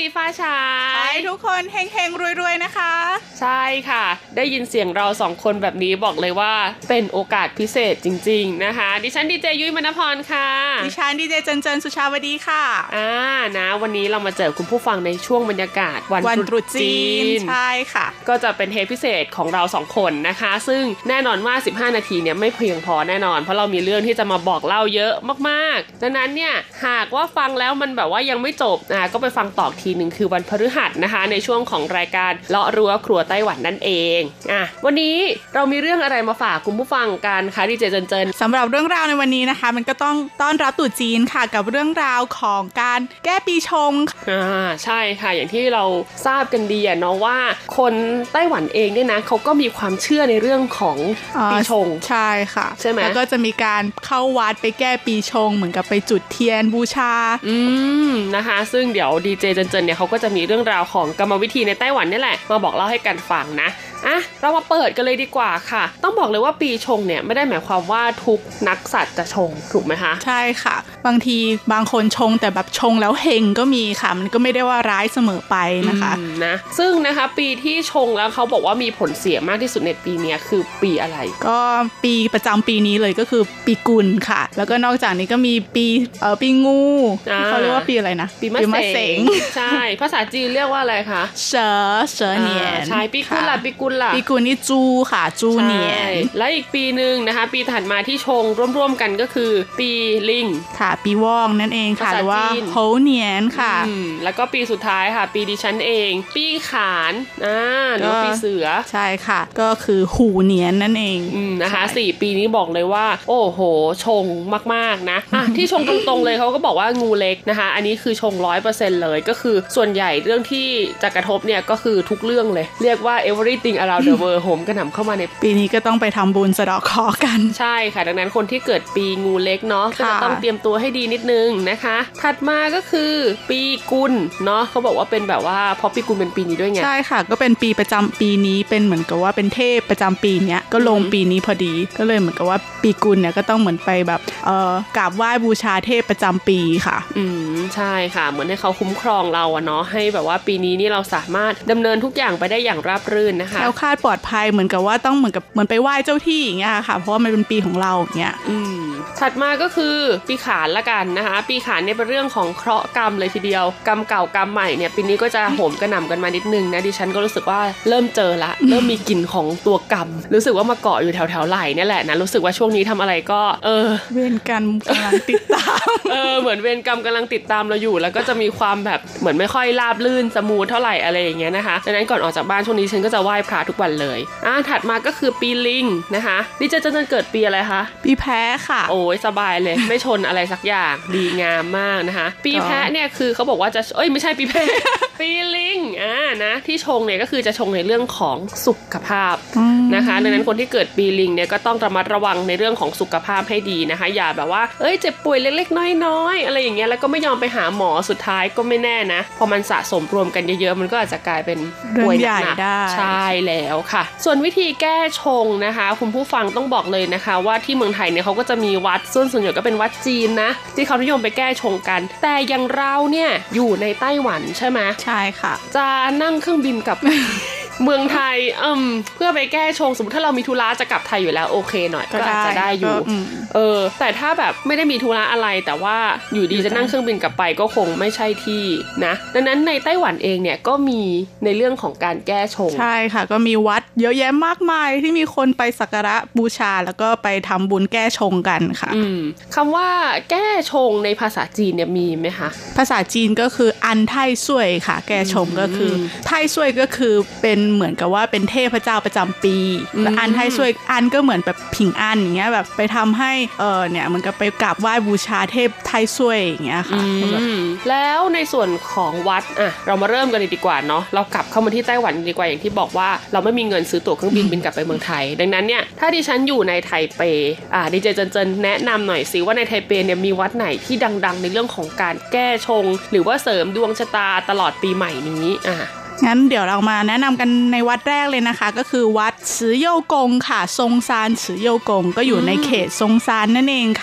ฟ้าฉายให้ทุกคนเฮงๆรวยๆนะคะใช่ค่ะได้ยินเสียงเราสองคนแบบนี้บอกเลยว่าเป็นโอกาสพิเศษจริงๆนะคะดิฉันดีเจยุ้ยมณพรค่ะดิฉันดีเจเจนสุชาวดีค่ะนะวันนี้เรามาเจอคุณผู้ฟังในช่วงบรรยากาศวันตรุษจีนใช่ค่ะก็จะเป็นเทปพิเศษของเราสองคนนะคะซึ่งแน่นอนว่า15นาทีเนี่ยไม่เพียงพอแน่นอนเพราะเรามีเรื่องที่จะมาบอกเล่าเยอะมากๆดังนั้นเนี่ยหากว่าฟังแล้วมันแบบว่ายังไม่จบก็ไปฟังต่อทีนึงคือวันพฤหัสนะคะในช่วงของรายการเลาะรั้วครัวไต้หวันนั่นเองวันนี้เรามีเรื่องอะไรมาฝากคุณผู้ฟังกันคะดีเจเจนสำหรับเรื่องราวในวันนี้นะคะมันก็ต้องต้อนรับตรุษจีนค่ะกับเรื่องราวของการแก้ปีชงใช่ค่ะอย่างที่เราทราบกันดีเนาะว่าคนไต้หวันเองเนี่ยนะเขาก็มีความเชื่อในเรื่องของปีชงใช่ค่ะใช่ไหมแล้วก็จะมีการเข้าวัดไปแก้ปีชงเหมือนกับไปจุดเทียนบูชานะคะซึ่งเดี๋ยวดีเจเจนเนี่ยเขาก็จะมีเรื่องราวของกรรมวิธีในไต้หวันนี่แหละมาบอกเล่าให้กันฟังนะเรามาเปิดกันเลยดีกว่าค่ะต้องบอกเลยว่าปีชงเนี่ยไม่ได้หมายความว่าทุกนักสัตว์จะชงถูกไหมคะใช่ค่ะบางทีบางคนชงแต่แบบชงแล้วเฮงก็มีค่ะมันก็ไม่ได้ว่าร้ายเสมอไปนะคะซึ่งนะคะปีที่ชงแล้วเขาบอกว่ามีผลเสียมากที่สุดในปีนี้คือปีอะไรก็ปีประจำปีนี้เลยก็คือปีกุลค่ะแล้วก็นอกจากนี้ก็มีปีงูเขาเรียกว่าปีอะไรนะปีมะเสงใช่ภาษาจีนเรียกว่าอะไรคะเสือเหนียนใช่ปีกุลปีกุลนี่จูค่ะจูเหนียนและอีกปีนึงนะคะปีถัดมาที่ชงร่วมๆกันก็คือปีลิงค่ะปีวอกนั่นเองค่ะหรือว่าโฮเหนียนค่ะแล้วก็ปีสุดท้ายค่ะปีดิฉันเองปีขานหรือปีเสือใช่ค่ะก็คือหูเหนียนนั่นเองนะคะ4ปีนี้บอกเลยว่าโอ้โหชงมากๆนะที่ชงตรงๆเลยเขาก็บอกว่างูเล็กนะคะอันนี้คือชง 100% เลยก็คือส่วนใหญ่เรื่องที่จะกระทบเนี่ยก็คือทุกเรื่องเลยเรียกว่า everything around the world โหมกระหน่ำเข้ามาในปีนี้ก็ต้องไปทำบุญสะเดาะเคราะห์กันใช่ค่ะดังนั้นคนที่เกิดปีงูเล็กเนาะก็จะต้องเตรียมตัวให้ดีนิดนึงนะคะถัดมาก็คือปีกุลเนาะเขาบอกว่าเป็นแบบว่าเพราะปีกุลเป็นปีนี้ด้วยไงใช่ค่ะก็เป็นปีประจำปีนี้เป็นเหมือนกับว่าเป็นเทพประจำปีเนี้ยก็ลงปีนี้พอดีก็เลยเหมือนกับว่าปีกุลเนี่ยก็ต้องเหมือนไปแบบกราบไหว้บูชาเทพประจำปีค่ะใช่ค่ะเหมือนให้เขาคุ้มครองเราเนาะให้แบบว่าปีนี้นี่เราสามารถดำเนินทุกอย่างไปได้อย่างราบรื่นนะคะแล้วคาดปลอดภัยเหมือนกับว่าต้องเหมือนไปไหว้เจ้าที่อย่างเงี้ยค่ะเพราะว่ามันเป็นปีของเราอย่างเงี้ยถัดมาก็คือปีขานละกันนะคะปีขานเนี่ยเป็นเรื่องของเคราะห์กรรมเลยทีเดียวกรรมเก่ากรรมใหม่เนี่ยปีนี้ก็จะโหมกระหน่ำกันมานิดนึงนะดิฉันก็รู้สึกว่าเริ่มเจอละ เริ่มมีกลิ่นของตัวกรรมรู้สึกว่ามาเกาะอยู่แถวๆไหล่นี่แหละนะรู้สึกว่าช่วงนี้ทำอะไรก็เวรกรรมกำลังติดตามเหมือนเวรกรรมกำลังติดตามเราอยู่แล้วก็จะมีความแบบเหมือนไม่ค่อยราบลื่นสมูทเท่าไหร่อะไรอย่างเงี้ยนะคะดังนั้นก่อนออกจากบ้านช่วงนี้ฉันก็จะไหว้พระทุกวันเลยถัดมาก็คือปีลิงนะคะดิเจนเกิดปีอะไรคะปีแพะค่ะโอ้ยสบายเลย ไม่ชนอะไรสักอย่างดีงามมากนะคะปีแพะเนี่ยคือเขาบอกว่าจะไม่ใช่ปีแพะ ปีลิงนะที่ชงเนี่ยก็คือจะชงในเรื่องของสุขภาพนะคะดังนั้นคนที่เกิดปีลิงเนี่ยก็ต้องระมัดระวังในเรื่องของสุขภาพให้ดีนะคะอย่าแบบว่าเจ็บป่วยเล็กๆน้อยๆอะไรอย่างเงี้ยแล้วก็ไม่ยอมไปหาหมอสุดท้ายก็ไม่แน่นะพอมันสะสมรวมกันเยอะๆมันก็อาจจะกลายเป็นป่วยใหญ่ได้ใช่แล้วค่ะส่วนวิธีแก้ชงนะคะคุณผู้ฟังต้องบอกเลยนะคะว่าที่เมืองไทยเนี่ยเขาก็จะมีวัดส่วนใหญ่ก็เป็นวัดจีนนะที่เขานิยมไปแก้ชงกันแต่อย่างเราเนี่ยอยู่ในไต้หวันใช่ไหมใช่ค่ะจะนั่งเครื่องบินกับ เมืองไทยเพื่อไปแก้ชงสมมติถ้าเรามีธุระจะกลับไทยอยู่แล้วโอเคหน่อยก็อาจจะได้อยู่แต่ถ้าแบบไม่ได้มีธุระอะไรแต่ว่าอยู่ดีจะนั่งเครื่องบินกลับไปก็คงไม่ใช่ที่นะดังนั้นในไต้หวันเองเนี่ยก็มีในเรื่องของการแก้ชงใช่ค่ะก็มีวัดเยอะแยะมากมายที่มีคนไปสักการะบูชาแล้วก็ไปทำบุญแก้ชงกันค่ะคำว่าแก้ชงในภาษาจีนเนี่ยมีไหมคะภาษาจีนก็คืออันไทซุยค่ะแก้ชงก็คือไทซุยก็คือเป็นเหมือนกับว่าเป็นเทพเจ้าประจำปีและอันไทซุยอันก็เหมือนแบบผิงอันอย่างเงี้ยแบบไปทำให้เนี่ยมันก็ไปกราบไหว้บูชาเทพไทซุยอย่างเงี้ยค่ะแล้วในส่วนของวัดเรามาเริ่มกันดีกว่าเนาะเรากลับเข้ามาที่ไต้หวันดีกว่าอย่างที่บอกว่าเราไม่มีเงินซื้อตั๋วเครื่องบินบินกลับไปเมืองไทยดังนั้นเนี่ยถ้าดิฉันอยู่ในไทเปดีเจเจนแนะนำหน่อยสิว่าในไทเปเนี่ยมีวัดไหนที่ดังๆในเรื่องของการแก้ชงหรือว่าเสริมดวงชะตาตลอดปีใหม่นี้งั้นเดี๋ยวเรามาแนะนำกันในวัดแรกเลยนะคะก็คือวัดซือโยกงค่ะซงซานซือโยกงก็อยู่ในเขตซงซานนั่นเองค่ะ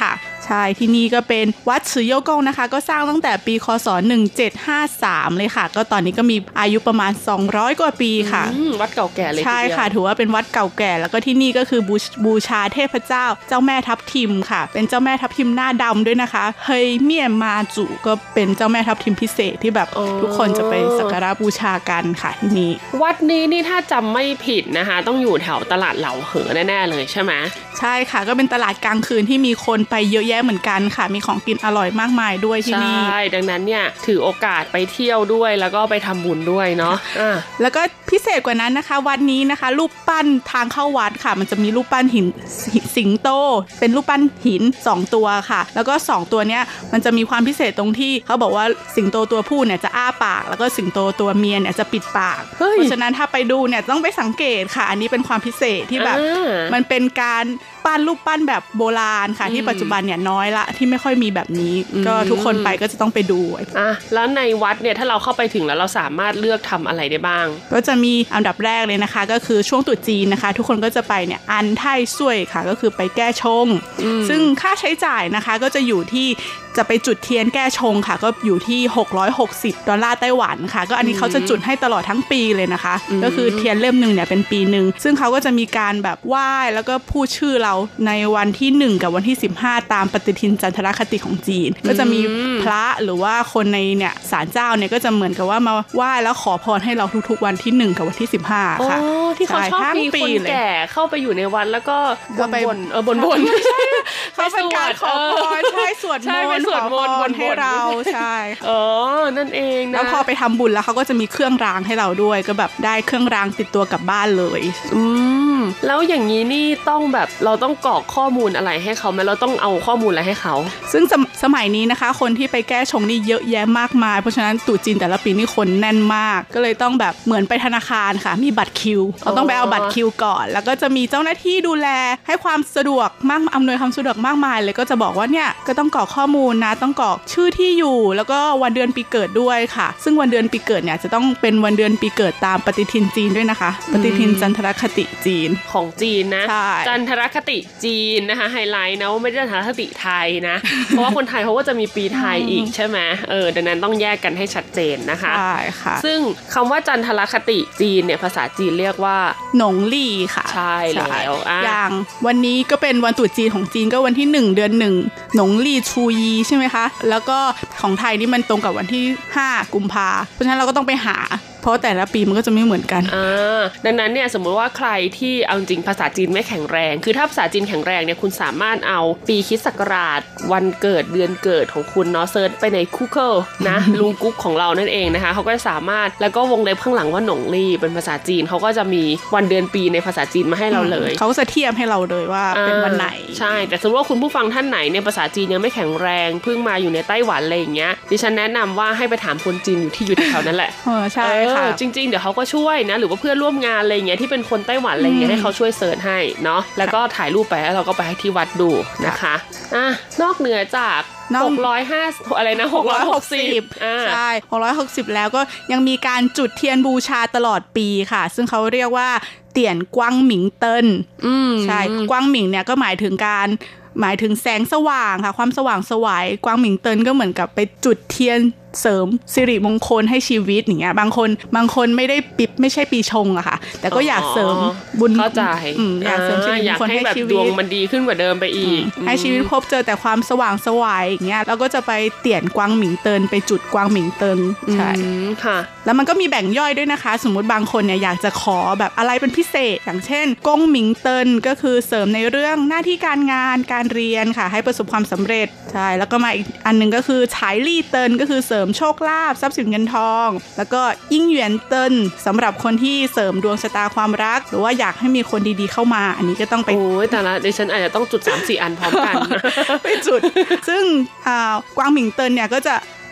ใช่ที่นี่ก็เป็นวัดฉือโยกงนะคะก็สร้างตั้งแต่ปีคศ1753เลยค่ะก็ตอนนี้ก็มีอายุประมาณ200กว่าปีค่ะวัดเก่าแก่เลยใช่ค่ะถือว่าเป็นวัดเก่าแก่แล้วก็ที่นี่ก็คือบูชาเทพเจ้าเจ้าแม่ทับทิมค่ะเป็นเจ้าแม่ทับทิมหน้าดำด้วยนะคะเฮยเมี่ยมาจุก็เป็นเจ้าแม่ทับทิมพิเศษที่แบบทุกคนจะไปสักการะบูชากันค่ะที่นี่วัดนี้นี่ถ้าจำไม่ผิดนะคะต้องอยู่แถวตลาดเหลาเหอแน่ๆเลยใช่ไหมใช่ค่ะก็เป็นตลาดกลางคืนที่มีคนไปเยอะแยะเหมือนกันค่ะมีของกินอร่อยมากมายด้วยที่นี่ใช่ดังนั้นเนี่ยถือโอกาสไปเที่ยวด้วยแล้วก็ไปทำบุญด้วยเนาะแล้วก็พิเศษกว่านั้นนะคะวัดนี้นะคะรูปปั้นทางเข้าวัดค่ะมันจะมีรูปปั้นหินสิงโตเป็นรูปปั้นหิน2ตัวค่ะแล้วก็2ตัวเนี้ยมันจะมีความพิเศษตรงที่เขาบอกว่าสิงโตตัวผู้เนี่ยจะอ้าปากแล้วก็สิงโตตัวเมียเนี่ยจะปิดปากเพราะฉะนั้นถ้าไปดูเนี่ยต้องไปสังเกตค่ะอันนี้เป็นความพิเศษที่แบบมันเป็นการปั้นรูปปั้นแบบโบราณค่ะที่ปัจจุบันเนี่ยน้อยละที่ไม่ค่อยมีแบบนี้ก็ทุกคนไปก็จะต้องไปดูแล้วในวัดเนี่ยถ้าเราเข้าไปถึงแล้วเราสามารถเลือกทำอะไรได้บ้างก็จะมีอันดับแรกเลยนะคะก็คือช่วงตรุษจีนนะคะทุกคนก็จะไปเนี่ยอันไท่ซุ่ยค่ะก็คือไปแก้ชงซึ่งค่าใช้จ่ายนะคะก็จะอยู่ที่จะไปจุดเทียนแก้ชงค่ะก็อยู่ที่$660ไต้หวันค่ะก็อันนี้เขาจะจุดให้ตลอดทั้งปีเลยนะคะก็คือเทียนเล่มนึงเนี่ยเป็นปีนึงซึ่งเขาก็จะมีการแบบไหว้แล้วก็พูดชื่อเราในวันที่1กับวันที่15ตามปฏิทินจันทรคติของจีนก็จะมีพระหรือว่าคนในเนี่ยศาลเจ้าเนี่ยก็จะเหมือนกับว่ามาไหว้แล้วขอพรให้เราทุกๆวันที่1กับวันที่15ค่ะที่เขาชอบมีคนแก่เข้าไปอยู่ในวัดแล้วก็บ่นเขาเป็นการขอพรใช่สวดมนต์ให้เราใช่นั่นเองนะแล้วพอไปทำบุญแล้วเขาก็จะมีเครื่องรางให้เราด้วยก็แบบได้เครื่องรางติดตัวกลับบ้านเลยแล้วอย่างนี้นี่ต้องแบบเราต้องกรอกข้อมูลอะไรให้เขาไหมเราต้องเอาข้อมูลอะไรให้เขาซึ่งสมัยนี้นะคะคนที่ไปแก้ชงนี่เยอะแยะมากมายเพราะฉะนั้นตรุษจีนแต่ละปีนี่คนแน่นมากก็เลยต้องแบบเหมือนไปธนาคารค่ะมีบัตรคิวเราต้องไปเอาบัตรคิวก่อนแล้วก็จะมีเจ้าหน้าที่ดูแลให้ความสะดวกมากอำนวยความสะดวกมากมายเลยก็จะบอกว่าเนี่ยก็ต้องกรอกข้อมูลนะต้องกรอกชื่อที่อยู่แล้วก็วันเดือนปีเกิดด้วยค่ะซึ่งวันเดือนปีเกิดเนี่ยจะต้องเป็นวันเดือนปีเกิดตามปฏิทินจีนด้วยนะคะปฏิทินจันทรคติจีนของจีนนะจันทรคติจีนนะคะไฮไลท์นะว่าไม่ได้จันทรคติไทยนะเพราะว่าคนไทยเขาก็จะมีปีไทยอีกใช่ไหมดังนั้นต้องแยกกันให้ชัดเจนนะคะใช่ค่ะซึ่งคำว่าจันทรคติจีนเนี่ยภาษาจีนเรียกว่าหนงลี่ค่ะใช่แล้วอย่างวันนี้ก็เป็นวันตรุษจีนของจีนก็วันที่1เดือน1หนงลี่ชูยีใช่ไหมคะแล้วก็ของไทยนี่มันตรงกับวันที่5กุมภาเพราะฉะนั้นเราก็ต้องไปหาเพราะแต่ละปีมันก็จะไม่เหมือนกันดังนั้นเนี่ยสมมติว่าใครที่เอาจริงภาษาจีนไม่แข็งแรงคือถ้าภาษาจีนแข็งแรงเนี่ยคุณสามารถเอาปีคริสต์ศักราชวันเกิดเดือนเกิดของคุณเนาะเซิร์ชไปใน Google นะลุงกุ๊กของเรานั่นเองนะคะเขาก็สามารถแล้วก็วงเล็บข้างหลังว่าหนงลี่เป็นภาษาจีนเขาก็จะมีวันเดือนปีในภาษาจีนมาให้เราเลยเขาจะเทียบให้เราเลยว่าเป็นวันไหนใช่แต่สมมติว่าคุณผู้ฟังท่านไหนเนี่ยภาษาจีนยังไม่แข็งแรงเพิ่งมาอยู่ในไต้หวันอะไรอย่างเงี้ยดิฉันแนะนำว่าให้ไปถามคนจีนอยู่แถวนั้นแหละใช่ค่ะจริงๆเดี๋ยวเขาก็ช่วยนะหรือว่าเพื่อนร่วมงานอะไรอย่างเงี้ยที่เป็นคนไต้หวันอะไรอย่างเงี้ยให้เขาช่วยเสิร์ชให้เนาะแล้วก็ถ่ายรูปไปแล้วเราก็ไปที่วัดดูนะคะนอกเหนือจาก650อะไรนะ660 ใช่660แล้วก็ยังมีการจุดเทียนบูชาตลอดปีค่ะซึ่งเขาเรียกว่าเตี่ยนกวางหมิงเติ้นใช่กวางหมิงเนี่ยก็หมายถึงแสงสว่างค่ะความสว่างไสวกวางหมิงเติ้นก็เหมือนกับไปจุดเทียนเสริมสิริมงคลให้ชีวิตอย่างเงี้ยบางคนไม่ได้ไม่ใช่ปีชงอะค่ะแต่ก็อยากเสริมบุญเข้าใจอยากเสริมสิริมงคลให้ชีวิตดวงมันดีขึ้นกว่าเดิมไปอีกให้ชีวิตพบเจอแต่ความสว่างไสวอย่างเงี้ยแล้วก็จะไปเตี่ยนกวางหมิงเติ้นไปจุดกวางหมิงเติ้นใช่ค่ะแล้วมันก็มีแบ่งย่อยด้วยนะคะสมมุติบางคนเนี่ยอยากจะขอแบบอะไรเป็นพิเศษอย่างเช่นกงหมิงเติ้นก็คือเสริมในเรื่องหน้าที่การงานการเรียนค่ะให้ประสบความสำเร็จใช่แล้วก็มาอีกอันนึงก็คือฉายลี่เติ้นก็คือเสริมโชคลาภทรัพย์สินเงินทองแล้วก็ยิ่งเหวียนเติ้นสำหรับคนที่เสริมดวงชะตาความรักหรือว่าอยากให้มีคนดีๆเข้ามาอันนี้ก็ต้องไปโอ้ยแต่ละดิฉันอาจจะต้องจุด 3-4 อันพร้อมกันไปจุดซึ่งกวางหมิงเติ้นเนี่ยก็จะ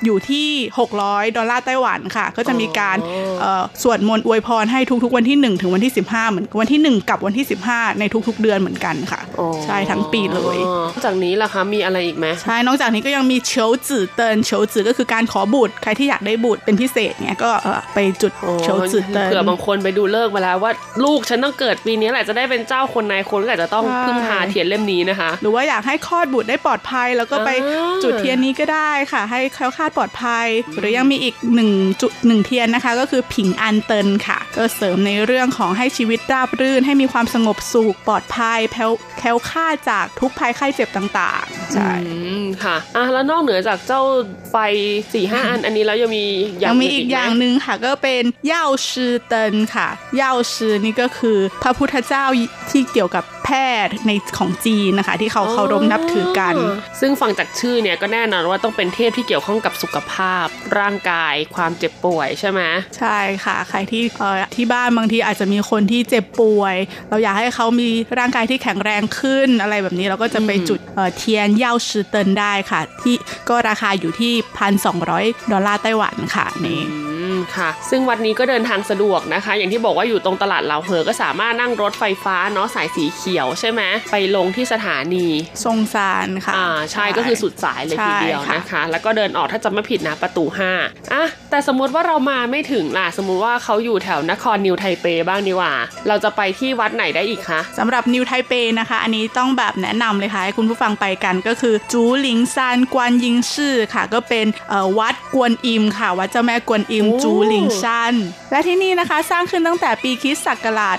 อยู่ที่$600ไต้หวันค่ะก็จะมีการสวดมนต์อวยพรให้ทุกๆวันที่1ถึงวันที่15เหมือนวันที่1กับวันที่15ในทุกๆเดือนเหมือนกันค่ะใช่ทั้งปีเลยนอกจากนี้ล่ะคะมีอะไรอีกไหมใช่นอกจากนี้ก็ยังมีเฉียวจื่อเตินเฉียวจื่อก็คือการขอบุตรใครที่อยากได้บุตรเป็นพิเศษเนี่ยก็ไปจุดเฉียวจื่อเตินเผื่อบางคนไปดูเลิกมาแล้วว่าลูกฉันต้องเกิดปีนี้แหละจะได้เป็นเจ้าคนนายคนก็อาจจะต้องพึ่งพาเทียนเล่มนี้นะคะหรือว่าอยากให้คลอดบุตรได้ปลอดภัยแล้วก็ไปจุดเทียนนี้ก็ได้ค่ะให้แคล้วคลาดปลอดภัยหรือยังมีอีก1เทียนนะคะก็คือผิงอันเตินค่ะก็เสริมในเรื่องของให้ชีวิตราบรื่นให้มีความสงบสุขปลอดภัยแคล้วคลาดจากทุกภัยไข้เจ็บต่างๆใช่ค่ะแล้วนอกเหนือจากเจ้าไฟ 4-5 อันนี้แล้วยังมีอีกอย่างนึงค่ะก็เป็นเย่าชื่อเตินค่ะเย่าชื่อนี่ก็คือพระพุทธเจ้าที่เกี่ยวกับแพทย์ในของจีนนะคะที่เขาเคารพนับถือกันซึ่งฟังจากชื่อเนี่ยก็แน่นอนว่าต้องเป็นเทพที่เกี่ยวข้องกับสุขภาพร่างกายความเจ็บป่วยใช่ไหมใช่ค่ะใครที่บ้านบางทีอาจจะมีคนที่เจ็บป่วยเราอยากให้เขามีร่างกายที่แข็งแรงขึ้นอะไรแบบนี้เราก็จะไปจุดเทียนเย่าชื่อเตินได้ค่ะที่ก็ราคาอยู่ที่$1,200ไต้หวันค่ะนี่ค่ะซึ่งวัดนี้ก็เดินทางสะดวกนะคะอย่างที่บอกว่าอยู่ตรงตลาดเหลาเหอก็สามารถนั่งรถไฟฟ้าเนาะสายสีเขียวใช่ไหมไปลงที่สถานีซงซานค่ะใช่ก็คือสุดสายเลยทีเดียวนะคะแล้วก็เดินออกถ้าจำไม่ผิดนะประตู5แต่สมมุติว่าเรามาไม่ถึงล่ะสมมุติว่าเขาอยู่แถวนครนิวไทเปบ้างดีกว่าเราจะไปที่วัดไหนได้อีกคะสำหรับนิวไทเปนะคะอันนี้ต้องแบบแนะนำเลยค่ะให้คุณผู้ฟังไปกันก็คือจูหลิงซานกวนยิงซื่อค่ะก็เป็นวัดกวนอิมค่ะวัดเจ้าแม่กวนอิมจูหลิงซานและที่นี่นะคะสร้างขึ้นตั้งแต่ปีคริสต์ศักราช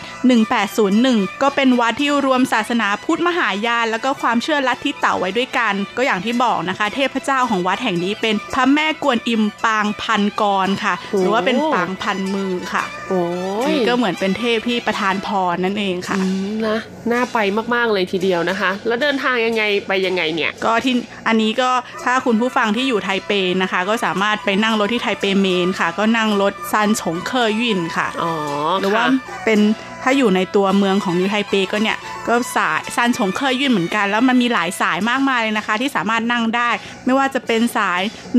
1801ก็เป็นวัดที่รวมศาสนาพุทธมหายานแล้วก็ความเชื่อลัทธิเต่าไว้ด้วยกันก็อย่างที่บอกนะคะเทพเจ้าของวัดแห่งนี้เป็นพระแม่กวนอิมปางพันกรค่ะหรือว่าเป็นปางพันมือค่ะนี่ก็เหมือนเป็นเทพที่ประทานพรนั่นเองค่ะนะน่าไปมากๆเลยทีเดียวนะคะแล้วเดินทางยังไงไปยังไงเนี่ยก็ที่อันนี้ก็ถ้าคุณผู้ฟังที่อยู่ไทเปนะคะก็สามารถไปนั่งรถที่ไทเปเมนค่ะก็นั่งรถซันฉงเคอร์ยินค่ะหรือว่าเป็นถ้าอยู่ในตัวเมืองของนิวไทเปก็เนี่ยก็สายซันฉงเคอร์ยินเหมือนกันแล้วมันมีหลายสายมากมายเลยนะคะที่สามารถนั่งได้ไม่ว่าจะเป็นสาย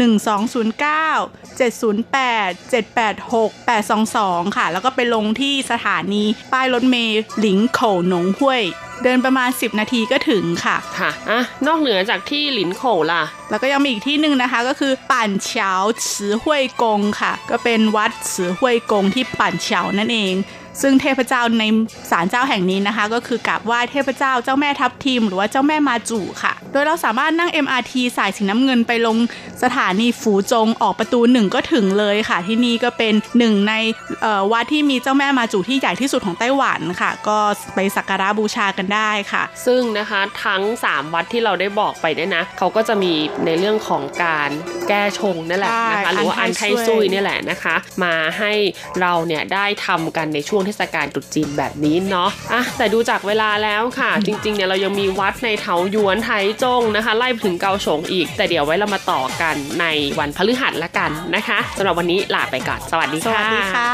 1209 708 786 822ค่ะแล้วก็ไปลงที่สถานีป้ายรถเมล์หลิงโขวหนงห้วยเดินประมาณ10นาทีก็ถึงค่ะนอกเหนือจากที่หลินโขวล่ะแล้วก็ยังมีอีกที่นึงนะคะก็คือปั่นเฉาฉือห้วยกงค่ะก็เป็นวัดฉือห้วยกงที่ปั่นเฉานั่นเองซึ่งเทพเจ้าในศาลเจ้าแห่งนี้นะคะก็คือกราบไหว้เทพเจ้าเจ้าแม่ทับทิมหรือว่าเจ้าแม่มาจูค่ะโดยเราสามารถนั่ง MRT สายสีน้ำเงินไปลงสถานีฝูจงออกประตู1ก็ถึงเลยค่ะที่นี่ก็เป็น1ในวัดที่มีเจ้าแม่มาจูที่ใหญ่ที่สุดของไต้หวันค่ะก็ไปสักการะบูชากันได้ค่ะซึ่งนะคะทั้ง3วัดที่เราได้บอกไปเนี่ยนะเขาก็จะมีในเรื่องของการแก้ชงนั่นแหละนะคะหรือว่าอันไทซุยนี่แหละนะคะมาให้เราเนี่ยได้ทำกันในช่วงเทศกาลตรุษจีนแบบนี้เนาะแต่ดูจากเวลาแล้วค่ะจริงๆเนี่ยเรายังมีวัดในเถาหยวนไถจงนะคะไล่ถึงเกาฉงอีกแต่เดี๋ยวไว้เรามาต่อกันในวันพฤหัสละกันนะคะสำหรับวันนี้ลาไปก่อนสวัสดีค่ะสวัสดีค่ะ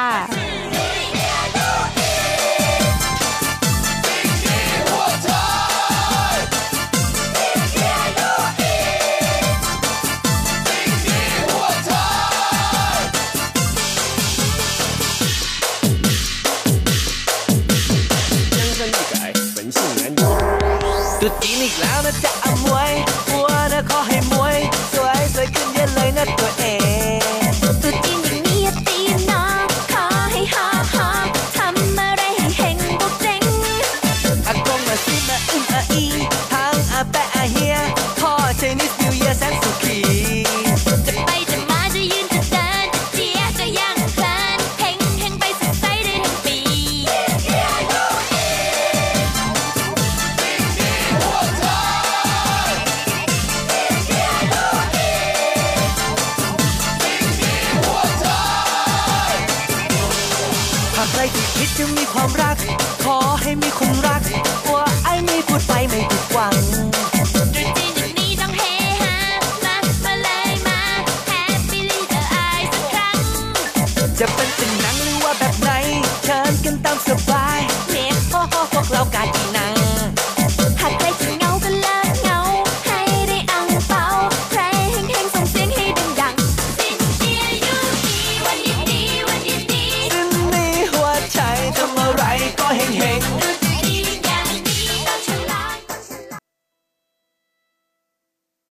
ตรุษจีนอีกแล้วนะจ๊ะอมวยหัวนะขอให้มวยสวยขึ้นเยอะเลยนะตัวเองตรุษจีนอย่างนี้ตีน้องขอให้ฮอทำอะไรให้เฮงบุกเจ๋งอากงมาซิมาอาอีทั้งอาแปะอาเฮียขอ Chinese New Year แสนสุขีจะไปจะมาจะยืนจะเดินจะเจียจะย่างเพลินเฮงไปสุดใจได้ทั้งปีใครที่คิดจะมีความรักขอให้มีคนรักว่าไอ้นี่พูดไปไม่ผิดหวังตรุษจีนอย่างนี้ต้องเฮฮามาเลยมา Happy Little Eye สักครั้งจะเป็นหนังหรือว่าแบบไหนเชิญกันตามสบายเน็บพวกเรากาจีน